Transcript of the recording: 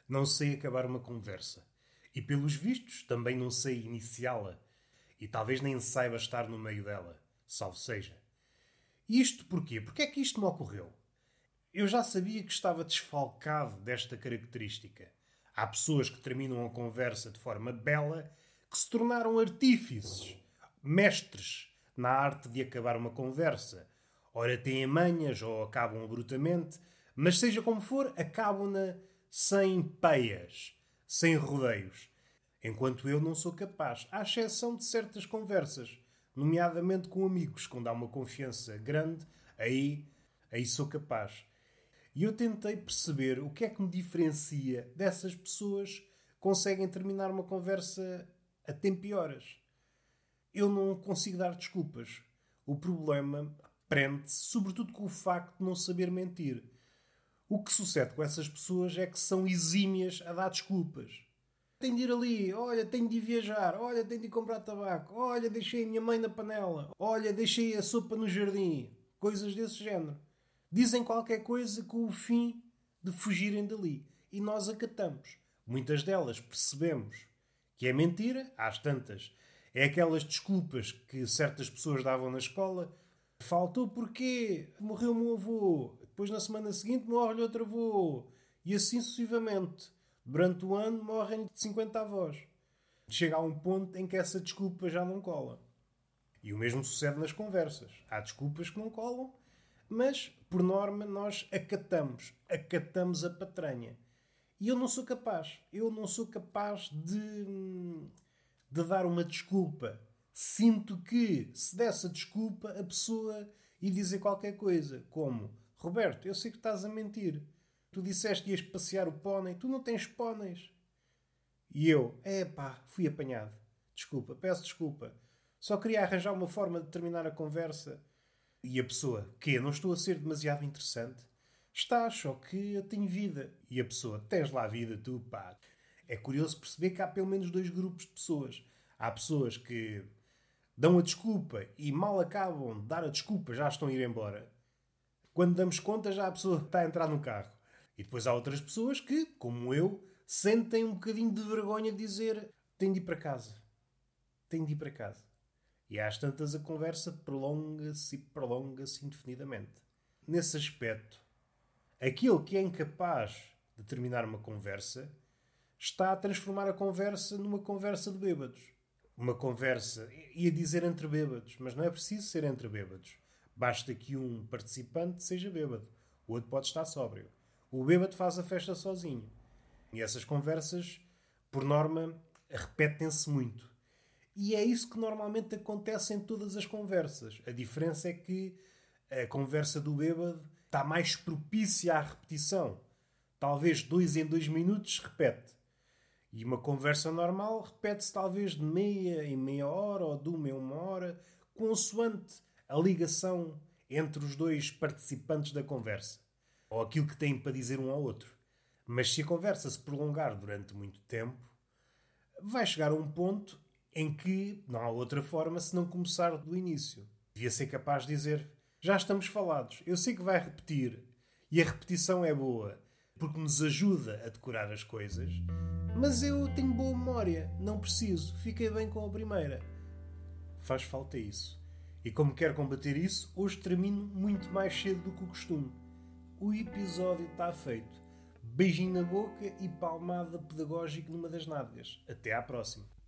Não sei acabar uma conversa. E pelos vistos também não sei iniciá-la. E talvez nem saiba estar no meio dela. Salvo seja. E isto porquê? Porque é que isto me ocorreu? Eu já sabia que estava desfalcado desta característica. Há pessoas que terminam a conversa de forma bela que se tornaram artífices, mestres na arte de acabar uma conversa. Ora têm manhas ou acabam abruptamente, mas seja como for, acabam-na sem peias, sem rodeios. Enquanto eu não sou capaz, à exceção de certas conversas, nomeadamente com amigos, quando há uma confiança grande, aí sou capaz. E eu tentei perceber o que é que me diferencia dessas pessoas que conseguem terminar uma conversa a tempo e horas. Eu não consigo dar desculpas. O problema prende-se sobretudo com o facto de não saber mentir. O que sucede com essas pessoas é que são exímias a dar desculpas. Tenho de ir ali, olha, tenho de ir viajar, olha, tenho de ir comprar tabaco, olha, deixei a minha mãe na panela, olha, deixei a sopa no jardim. Coisas desse género. Dizem qualquer coisa com o fim de fugirem dali. E nós acatamos. Muitas delas percebemos que é mentira, às tantas. É aquelas desculpas que certas pessoas davam na escola. Faltou porque morreu o meu avô. Depois, na semana seguinte, morre-lhe outro avô. E assim sucessivamente. Durante o ano, morrem 50 avós. Chega a um ponto em que essa desculpa já não cola. E o mesmo sucede nas conversas. Há desculpas que não colam, mas, por norma, nós acatamos a patranha. E eu não sou capaz. Eu não sou capaz de dar uma desculpa. Sinto que, se desse a desculpa, a pessoa ia dizer qualquer coisa, como: Roberto, eu sei que estás a mentir. Tu disseste que ias passear o pónei. Tu não tens póneis. E eu: fui apanhado. Desculpa, peço desculpa. Só queria arranjar uma forma de terminar a conversa. E a pessoa: quê? Não estou a ser demasiado interessante? Estás, só que eu tenho vida. E a pessoa: tens lá vida tu, pá. É curioso perceber que há pelo menos dois grupos de pessoas. Há pessoas que dão a desculpa e mal acabam de dar a desculpa já estão a ir embora. Quando damos conta já a pessoa está a entrar no carro. E depois há outras pessoas que, como eu, sentem um bocadinho de vergonha de dizer: tenho de ir para casa. Tenho de ir para casa. E às tantas a conversa prolonga-se e prolonga-se indefinidamente. Nesse aspecto, aquele que é incapaz de terminar uma conversa está a transformar a conversa numa conversa de bêbados. Uma conversa, ia dizer entre bêbados, mas não é preciso ser entre bêbados. Basta que um participante seja bêbado. O outro pode estar sóbrio. O bêbado faz a festa sozinho. E essas conversas, por norma, repetem-se muito. E é isso que normalmente acontece em todas as conversas. A diferença é que a conversa do bêbado está mais propícia à repetição. Talvez 2 em 2 minutos repete. E uma conversa normal repete-se talvez de meia em meia hora ou de uma em uma hora, consoante a ligação entre os dois participantes da conversa. Ou aquilo que têm para dizer um ao outro. Mas se a conversa se prolongar durante muito tempo, vai chegar a um ponto em que não há outra forma se não começar do início. Devia ser capaz de dizer: já estamos falados, eu sei que vai repetir, e a repetição é boa, porque nos ajuda a decorar as coisas, mas eu tenho boa memória, não preciso, fiquei bem com a primeira. Faz falta isso. E como quero combater isso, hoje termino muito mais cedo do que o costume. O episódio está feito. Beijinho na boca e palmada pedagógica numa das nádegas. Até à próxima.